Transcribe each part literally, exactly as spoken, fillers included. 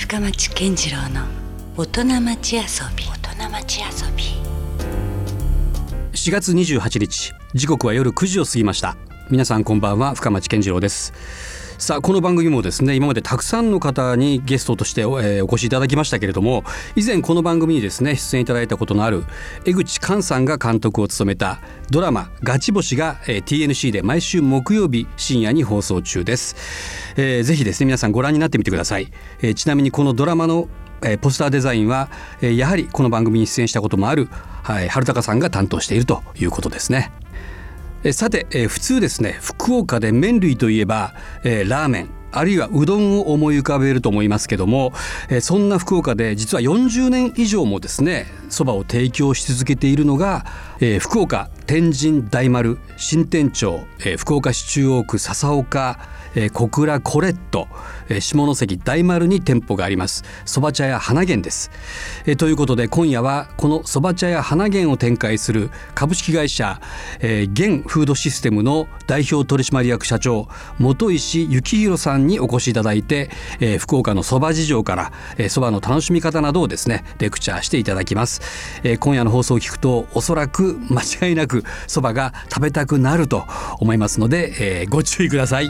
深町健次郎の大人町遊び大人町遊び。 しがつにじゅうはちにち、時刻は夜くじを過ぎました。皆さんこんばんは、深町健次郎です。さあ、この番組もですね、今までたくさんの方にゲストとして お,、えー、お越しいただきましたけれども、以前この番組にですね出演いただいたことのある江口寛さんが監督を務めたドラマガチ星が、えー、ティーエヌシー で毎週木曜日深夜に放送中です。えー、ぜひですね皆さんご覧になってみてください。えー、ちなみにこのドラマのえー、ポスターデザインは、えー、やはりこの番組に出演したこともある、はい、春高さんが担当しているということですね。えー、さて、えー、普通ですね福岡で麺類といえば、えー、ラーメンあるいはうどんを思い浮かべると思いますけども、えー、そんな福岡で実はよんじゅうねん以上もですねそばを提供し続けているのが、えー、福岡天神大丸新店長、えー、福岡市中央区笹岡、えー、小倉コレット、えー、下関大丸に店舗がありますそば茶屋花源です。えー、ということで今夜はこのそば茶屋花源を展開する株式会社、えー、源フードシステムの代表取締役社長本石幸宏さんにお越しいただいて、えー、福岡のそば事情からそば、えー、の楽しみ方などをですねレクチャーしていただきます。えー、今夜の放送を聞くとおそらく間違いなくそばが食べたくなると思いますので、えー、ご注意ください。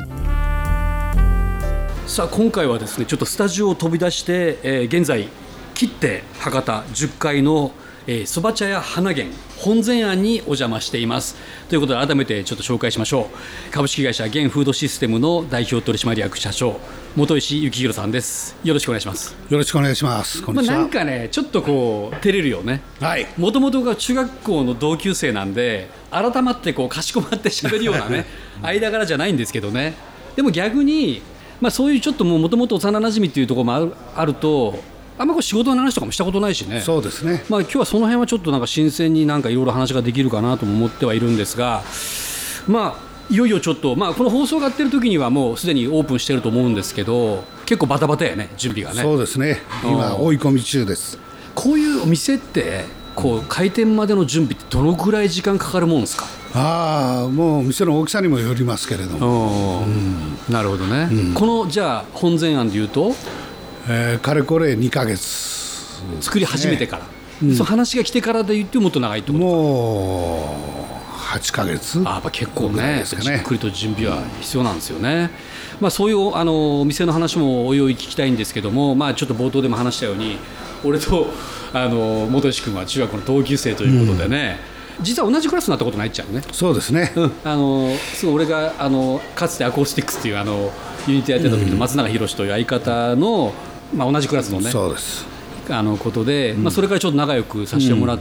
さあ今回はですねちょっとスタジオを飛び出して、えー、現在切手博多じゅっかいのそば茶屋花源本前庵にお邪魔しています。ということで改めてちょっと紹介しましょう。株式会社源フードシステムの代表取締役社長本石幸宏さんです。よろしくお願いします。 よろしくお願いします。こんにちは。 まあ、なんかねちょっとこう照れるよね。もともとが中学校の同級生なんで改まってこうかしこまって喋るようなね間柄じゃないんですけどね。でも逆に、まあ、そういうちょっともともと幼なじみっていうところもあ る, あるとあんまこう仕事の話とかもしたことないしね。 そうですね。 まあ、今日はその辺はちょっとなんか新鮮になんかいろいろ話ができるかなとも思ってはいるんですが、まあいよいよちょっと、まあ、この放送がやってる時にはもうすでにオープンしてると思うんですけど結構バタバタやね準備がね。 そうですね。今追い込み中です。 こういうお店ってこう開店までの準備ってどのくらい時間かかるもんですか？ ああもう店の大きさにもよりますけれども、 うん、なるほどね。うん、このじゃあ本前庵でいうとえー、かれこれにかげつ、 作り始めてから、うん、その話が来てからで言ってもっと長いってことか。 もうはちかげつ。 あやっぱ結構 ね, ねじっくりと準備は必要なんですよね。まあ、そういうあのお店の話もおいおい聞きたいんですけども、まあ、ちょっと冒頭でも話したように俺とあの本石君は中学の同級生ということでね、うん、実は同じクラスになったことないっちゃうね。 そうですね。 うん、あのすごい俺があのかつてアコースティックスというあのユニットやってた時の松永宏という相方の、まあ、同じクラスのねそうですあのことで、まあ、それからちょっと仲良くさせてもらって、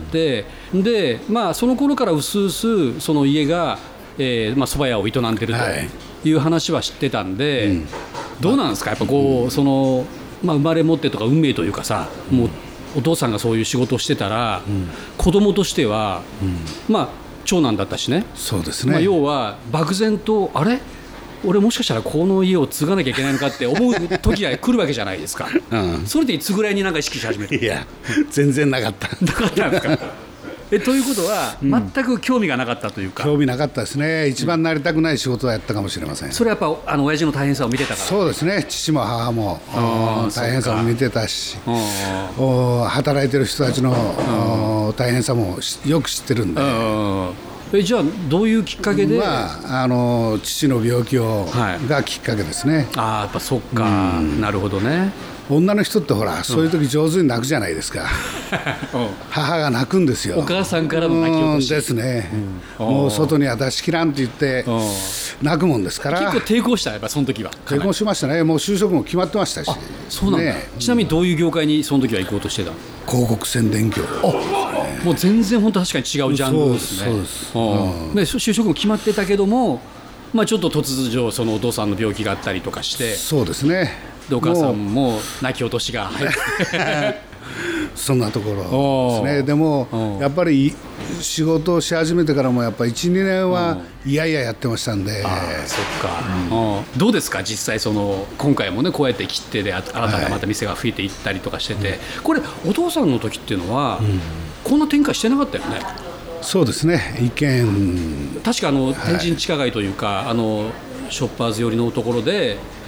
うん、で、まあ、その頃からうすうすその家がえーまあ、蕎麦屋を営んでるという話は知ってたんで、はいうん、どうなんですかやっぱこう、うん、その、まあ、生まれ持ってとか運命というかさ、うん、もうお父さんがそういう仕事をしてたら、うん、子供としては、うん、まあ長男だったしね。 そうですね。 まあ、要は漠然とあれ俺もしかしたらこの家を継がなきゃいけないのかって思う時が来るわけじゃないですか、うん、それでいつぐらいになんか意識し始める？ いや全然なかったなかったんですか？えということは、うん、全く興味がなかったというか。 興味なかったですね。一番なりたくない仕事はやったかもしれません、うん、 それはやっぱあの親父の大変さを見てたから。 そうですね。父も母も大変さを見てたし働いてる人たちの大変さもよく知ってるんで。 えじゃあどういうきっかけで、 まあ、あの父の病気を、はい、がきっかけですね。 ああやっぱそっか、うん、なるほどね。 女の人ってほらそういう時上手に泣くじゃないですか、うん、母が泣くんですよ。 お母さんからの泣き落としですね、うん、もう外には出し切らんって言って泣くもんですから。 結構抵抗したやっぱその時は。 抵抗しましたね。もう就職も決まってましたし。 そうなんだ、ね、ちなみにどういう業界にその時は行こうとしてたの？ 広告宣伝業、ね、 もう全然本当確かに違うジャンルですね。 そうです、 うん、で就職も決まってたけども、まあ、ちょっと突如そのお父さんの病気があったりとかして。 そうですね。 でお母さんも泣き落としが入ってそんなところですね。でもやっぱり仕事をし始めてからもやっぱり いち,に 年はいやいややってましたんで。 あそっか、うん、どうですか実際その今回もねこうやって切手で新たなまた店が増えていったりとかしてて、はい、これお父さんの時っていうのは、うん、こんな展開してなかったよね。 そうですね。意見確かあの天神地下街というか、はい、あのショッパーズ寄りのところで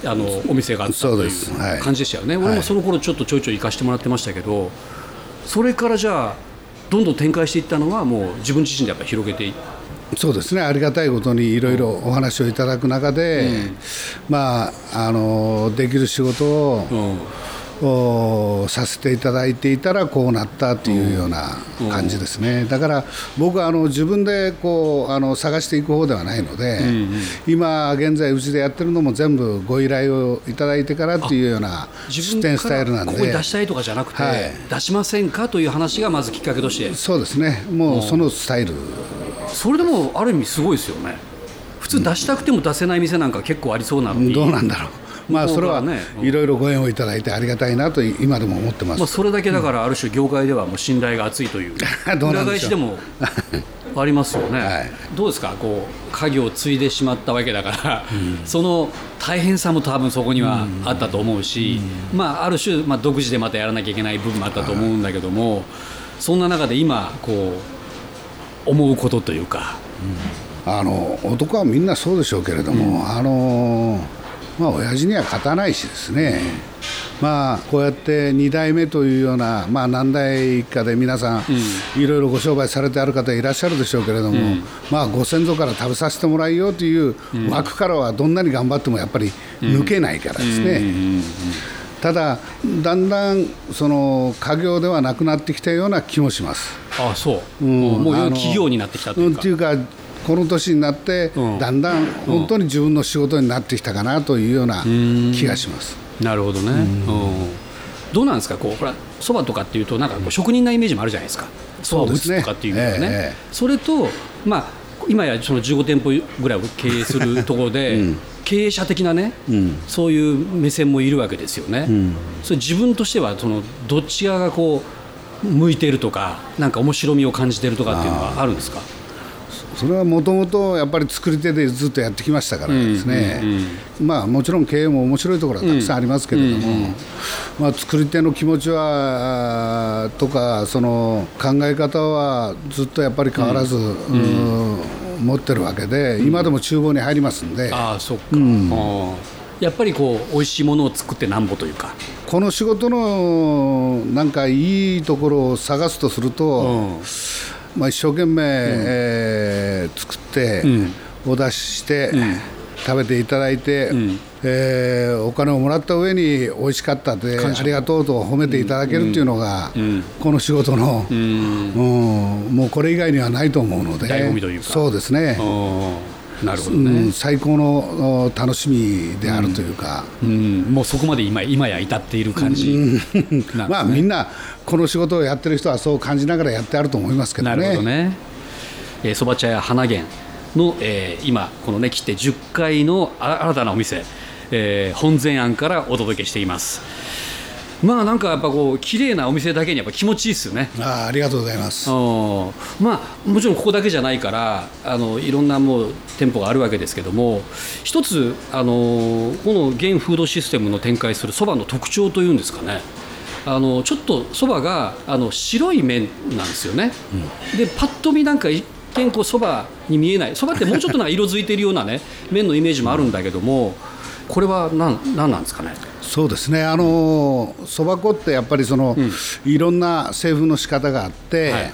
あのお店があったという感じでしたよね、はい、俺もその頃ちょっとちょいちょい行かせてもらってましたけど、それからじゃあどんどん展開していったのはもう自分自身でやっぱり広げていって。 そうですね、ありがたいことにいろいろお話をいただく中で、うん、まあ、あのできる仕事を、うん、させていただいていたらこうなったというような感じですね、うん、だから僕はあの自分でこうあの探していく方ではないので、うんうん、今現在うちでやってるのも全部ご依頼をいただいてからというような出店スタイルなんで、 ここに出したいとかじゃなくて、はい、出しませんかという話がまずきっかけとして。 そうですね、もうそのスタイル、 それでもある意味すごいですよね。普通出したくても出せない店なんか結構ありそうなのに、 どうなんだろう、まあ、それはいろいろご縁をいただいてありがたいなと今でも思ってます、 まあ、それだけだからある種業界ではもう信頼が厚いという裏返しでもありますよね、はい、どうですか、こう家業を継いでしまったわけだから、うん、その大変さも多分そこにはあったと思うし、うん、まあ、ある種、まあ、独自でまたやらなきゃいけない部分もあったと思うんだけども、はい、そんな中で今こう思うことというか、 うん、あの男はみんなそうでしょうけれども、うん、あのまあ親父には勝たないしですね、うん、まあこうやってに代目というような、まあ、何代かで皆さん、うん、いろいろご商売されてある方いらっしゃるでしょうけれども、うん、まあご先祖から食べさせてもらいようという枠からはどんなに頑張ってもやっぱり抜けないからですね、ただだんだんその家業ではなくなってきたような気もします。 ああ、そう、うん、もう企業になってきたというか、うん、っていうかこの年になってだんだん本当に自分の仕事になってきたかなというような気がします。 なるほどね、うん、どうなんですか、こうほらそばとかっていうとなんかこう職人なイメージもあるじゃないですか、そばを打つとかっていうのはね、ええ、それと、まあ、今やそのじゅうご店舗ぐらいを経営するところで、うん、経営者的なね、うん、そういう目線もいるわけですよね、うん、それ自分としてはそのどっち側がこう向いているとか、なんか面白みを感じているとかっていうのはあるんですか。 それはもともとやっぱり作り手でずっとやってきましたからですね、うんうんうん、まあもちろん経営も面白いところはたくさんありますけれども、うんうんうん、まあ、作り手の気持ちはとかその考え方はずっとやっぱり変わらず、うんうん、持ってるわけで、今でも厨房に入りますんで、うん、 ああそっか、うん、やっぱりこう美味しいものを作ってなんぼというか、 この仕事のなんかいいところを探すとすると、うん、まあ、一生懸命、うん、えー、作って、うん、お出しして、うん、食べていただいて、うん、えー、お金をもらった上に美味しかったでありがとうと褒めていただけるっていうのが、うん、この仕事の、うんうん、もうこれ以外にはないと思うので、 醍醐味というか、 そうですね、 なるほどね、 うん、最高の楽しみであるというか、 うんうん、もうそこまで 今, 今や至っている感じなんですね。 まあみんなこの仕事をやってる人はそう感じながらやってあると思いますけどね。 なるほどね。そば、えー、茶屋花源の、えー、今このね来てじゅっかいの新たなお店、えー、本前庵からお届けしています。まあなんかやっぱこう綺麗なお店だけにやっぱ気持ちいいですよね。 ああ、ありがとうございます。 まあもちろんここだけじゃないからあのいろんなもう店舗があるわけですけども、一つあのこの現フードシステムの展開するそばの特徴というんですかね、あのちょっとそばがあの白い麺なんですよね、うん、でパッと見なんか一見こうそばに見えない、そばってもうちょっとなんか色づいているようなね麺のイメージもあるんだけども、これは何、何なんですかね。 そうですね、あのそば粉ってやっぱりその、うん、いろんな製粉の仕方があって、はい、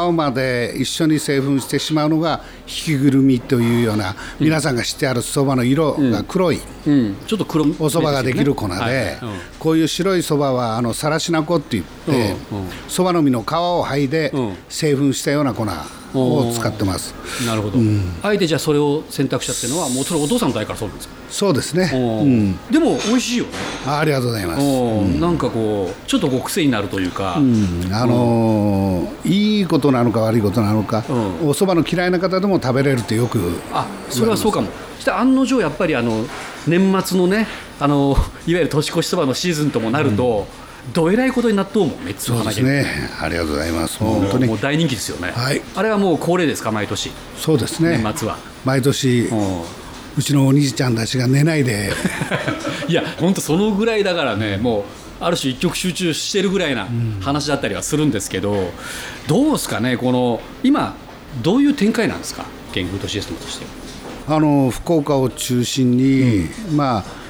皮まで一緒に製粉してしまうのが引きぐるみというような、うん、皆さんが知ってあるそばの色が黒い、うんうん、ちょっと黒、おそばができる粉で、はい、うん、こういう白いそばはあのさらしな粉っていってそば、うんうん、の実の皮を剥いで製粉したような粉を使ってます。 なるほど、うん、あえてじゃあそれを選択したっていうのはもうそれお父さんの代からそうなんですか。 そうですね、 うん、でも美味しいよね。 あ, ありがとうございます、 うん、なんかこうちょっとこう癖になるというか、うん、 あのーうん、いいことなのか悪いことなのか、うん、おそばの嫌いな方でも食べれるってよく、 あ、それはそうかも。そして案の定やっぱりあの年末のね、あのいわゆる年越しそばのシーズンともなると、うん、どえらいことになっとうもん、めっちゃそうですね、ありがとうございます。本当にもう大人気ですよね、はい、あれはもう恒例ですか、毎年。 そうですね、 年末は毎年、うちのお兄ちゃんたちが寝ないでいや本当そのぐらいだからね、もうある種一極集中してるぐらいな話だったりはするんですけど、うん、どうですかね、この今どういう展開なんですか、現フードシステムとして。 あの福岡を中心に、うん、まあ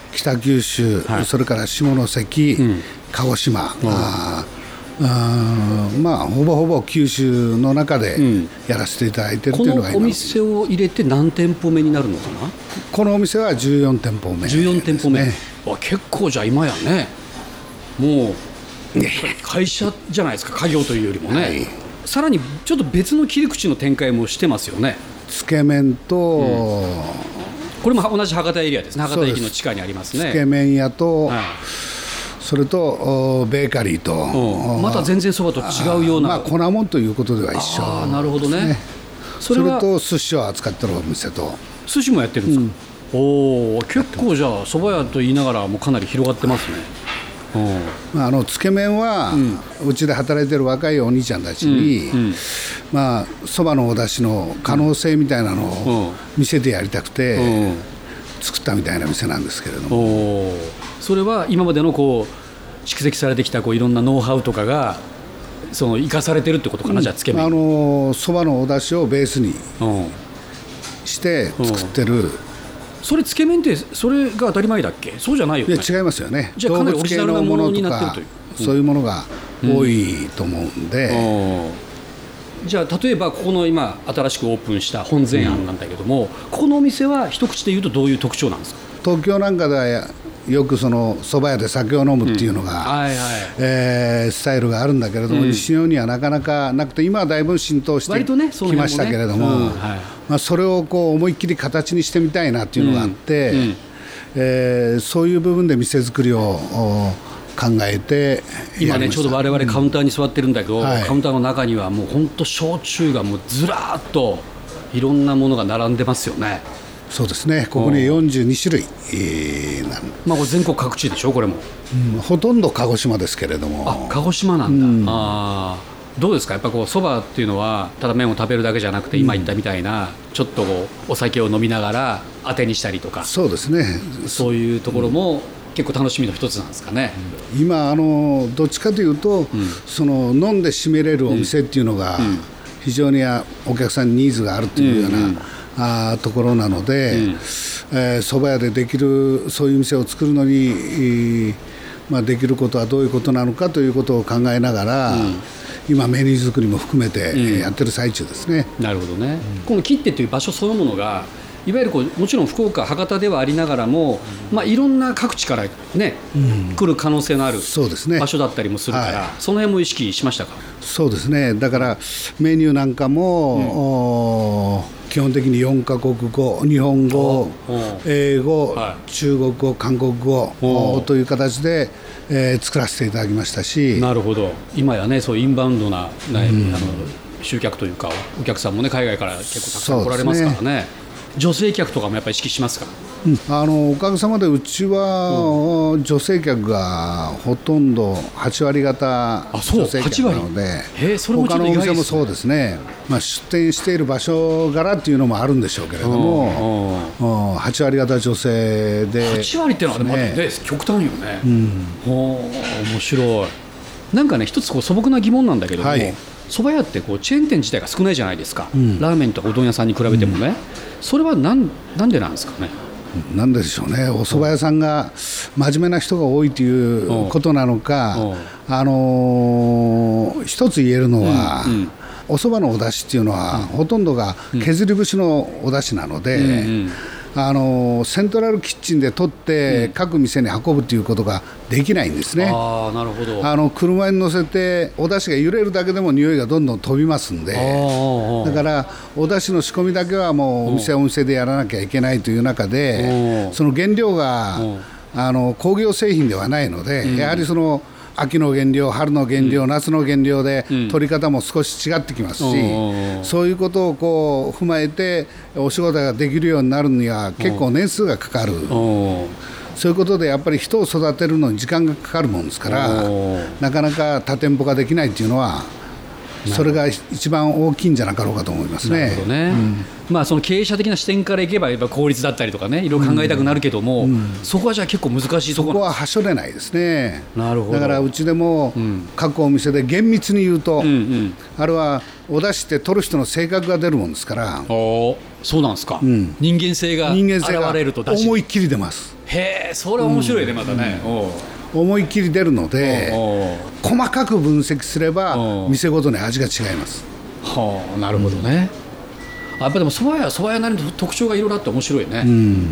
北九州、はい、それから下関、うん、鹿児島、ああまあほぼほぼ九州の中でやらせていただいているというのが今、 このお店を入れて何店舗目になるのかな。 このお店はじゅうよんてんぽめ、ね、 じゅうよんてんぽめ、わ結構じゃあ今やねもう会社じゃないですか、家業というよりもね、はい、さらにちょっと別の切り口の展開もしてますよね。 つけ麺と、うん、 これも同じ博多エリアですね。博多駅の地下にありますね。 つけ麺屋と、はい、それとベーカリーと、 うん、また全然そばと違うような、 まあ、粉もんということでは一緒、ね、 あなるほどね。 それはそれと寿司を扱ってるお店と寿司もやってるんですか、うん、お結構じゃあそば屋と言いながらもかなり広がってますね。 まあ、あのつけ麺はうち、ん、で働いてる若いお兄ちゃんたちに、うんうんまあ、そばのお出汁の可能性みたいなのを見せてやりたくて作ったみたいな店なんですけれども、 それは今までのこう蓄積されてきたこういろんなノウハウとかがその生かされてるってことかな、うん、じゃあつけ麺、 あのそばのお出汁をベースにして作ってる。 それつけ麺ってそれが当たり前だっけ。そうじゃないよね。 いや違いますよね。 じゃあかなりオリジナルなものになってるという、 うん、そういうものが多いと思うんで、 うん、じゃあ例えばここの今新しくオープンした本膳庵なんだけども、うん、ここのお店は一口で言うとどういう特徴なんですか。 東京なんかではよくその蕎麦屋で酒を飲むっていうのが、うんはいはいえー、スタイルがあるんだけれども、うん、西日本にはなかなかなくて今はだいぶ浸透してきましたけれども、ねうんはいまあ、それをこう思いっきり形にしてみたいなっていうのがあって、うんうんえー、そういう部分で店作りを考えて今ねちょうど我々カウンターに座ってるんだけど、うんはい、カウンターの中にはもう本当焼酎がもうずらーっといろんなものが並んでますよね。 そうですね。ここによんじゅうにしゅるい、えーなんまあ、これ全国各地でしょこれも、 うん、ほとんど鹿児島ですけれども。 あ鹿児島なんだ、うん、あどうですか。やっぱこうそばっていうのはただ麺を食べるだけじゃなくて、うん、今言ったみたいなちょっとこうお酒を飲みながら当てにしたりとかそうですね。 そういうところも結構楽しみの一つなんですかね、 うん、今あのどっちかというと、うん、その飲んで締めれるお店っていうのが非常にお客さんにニーズがあるというような、うんうんあところなので、うんえー、蕎麦屋でできるそういう店を作るのに、えーまあ、できることはどういうことなのかということを考えながら、うん、今メニュー作りも含めて、うん、やってる最中ですね。 なるほどね、うん、この切手という場所そのものがいわゆるこうもちろん福岡博多ではありながらも、うんまあ、いろんな各地からね、うん、来る可能性のある場所だったりもするから、ねはい、その辺も意識しましたか。 そうですね。だからメニューなんかも、うん基本的によんカ国語、日本語、英語、はい、中国語、韓国語という形で、えー、作らせていただきましたし。 なるほど。今やねそうインバウンドな、ねうん、あの集客というかお客さんもね海外から結構たくさん来られますからね。女性客とかもやっぱり意識しますか。 うん、あのおかげさまでうちは、うん、女性客がほとんどはちわり方女性客なので、他のお店もそうですね、まあ、出店している場所柄っていうのもあるんでしょうけれども、うん、はちわり方女性ではちわりっていうのは、ねね、極端よね、うん、面白い。なんかね一つこう素朴な疑問なんだけども、はい、蕎麦屋ってこうチェーン店自体が少ないじゃないですか、うん、ラーメンとかうどん屋さんに比べてもね、うん、それはな ん, なんでなんですかね。 なんでしょうね。お蕎麦屋さんが真面目な人が多いということなのか、あのー、一つ言えるのは、うんうん、お蕎麦のお出汁っていうのは、うん、ほとんどが削り節のお出汁なので、うんうんあのセントラルキッチンで取って各店に運ぶということができないんですね、うん、 あなるほど。 あの車に乗せてお出汁が揺れるだけでも匂いがどんどん飛びますんで、だからお出汁の仕込みだけはもうお店お店でやらなきゃいけないという中で、その原料があの工業製品ではないので、やはりその秋の原料、春の原料、うん、夏の原料で取り方も少し違ってきますし、うん、そういうことをこう踏まえてお仕事ができるようになるには結構年数がかかる、そういうことでやっぱり人を育てるのに時間がかかるもんですから、なかなか多店舗化できないっていうのはそれが一番大きいんじゃなかろうかと思いますね。 なるほどね、うんまあ、その経営者的な視点からいけばやっぱ効率だったりとかねいろいろ考えたくなるけども、うんうん、そこはじゃあ結構難しいところ。 そこははしょれないですね。 なるほど。 だからうちでも各お店で厳密に言うと、うんうん、あれはお出汁って取る人の性格が出るもんですから、 そうなんですか、 うん、 人間性が人間性が現れると出し思いっきり出ます。 へえ、それは面白いね、うん、またね、 うん、思いっきり出るので細かく分析すれば店ごとに味が違います。 はあ、なるほどね、うん、やっぱでも蕎麦屋蕎麦屋なりの特徴がいろいろあって面白いね、うん、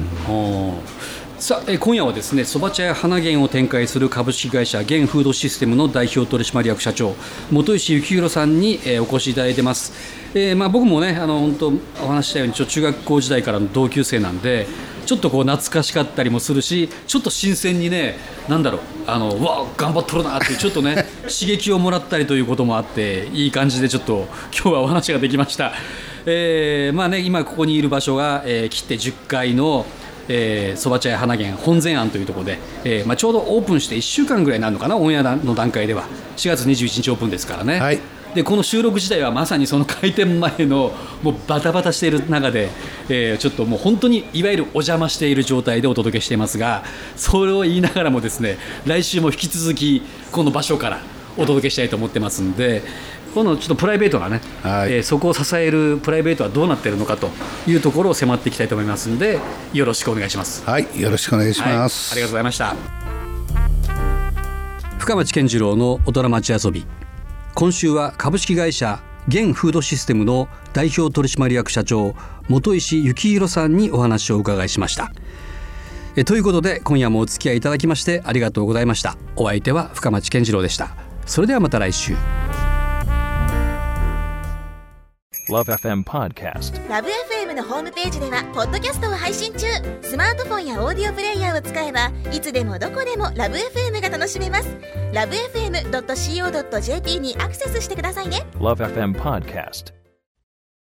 はあ。さあ、え今夜はですね、そば茶や花源を展開する株式会社源フードシステムの代表取締役社長本石幸宏さんに、えー、お越しいただいてます。えーまあ、僕もね、あの本当お話したようにちょ中学校時代からの同級生なんで、ちょっとこう懐かしかったりもするし、ちょっと新鮮にね、なんだろう、あのうわ頑張っとるなっていうちょっとね刺激をもらったりということもあって、いい感じでちょっと今日はお話ができました。えーまあね、今ここにいる場所が、えー、切ってじゅっかいのえー、そば茶屋花源本前庵というところで、えーまあ、ちょうどオープンしていっしゅうかんぐらいになるのかな、オンエアの段階ではしがつにじゅういちにちオープンですからね、はい、でこの収録自体はまさにその開店前のもうバタバタしている中で、えー、ちょっともう本当にいわゆるお邪魔している状態でお届けしていますが、それを言いながらもですね、来週も引き続きこの場所からお届けしたいと思ってますんで、このちょっとプライベートなね、はい、えー、そこを支えるプライベートはどうなっているのかというところを迫っていきたいと思いますので、よろしくお願いします。 はい、よろしくお願いします、 はい、ありがとうございました。深町健次郎の大人町遊び、今週は株式会社源フードシステムの代表取締役社長本石幸宏さんにお話をお伺いしました。えということで、今夜もお付き合いいただきましてありがとうございました。お相手は深町健次郎でした。それではまた来週。 ラブ エフエム Podcast。 ラブ エフエム のホームページではポッドキャストを配信中。スマートフォンやオーディオプレイヤーを使えばいつでもどこでもラブ エフエム が楽しめます。ラブ エフエムドットシーオードットジェーピー にアクセスしてくださいね。 ラブ エフエム Podcast。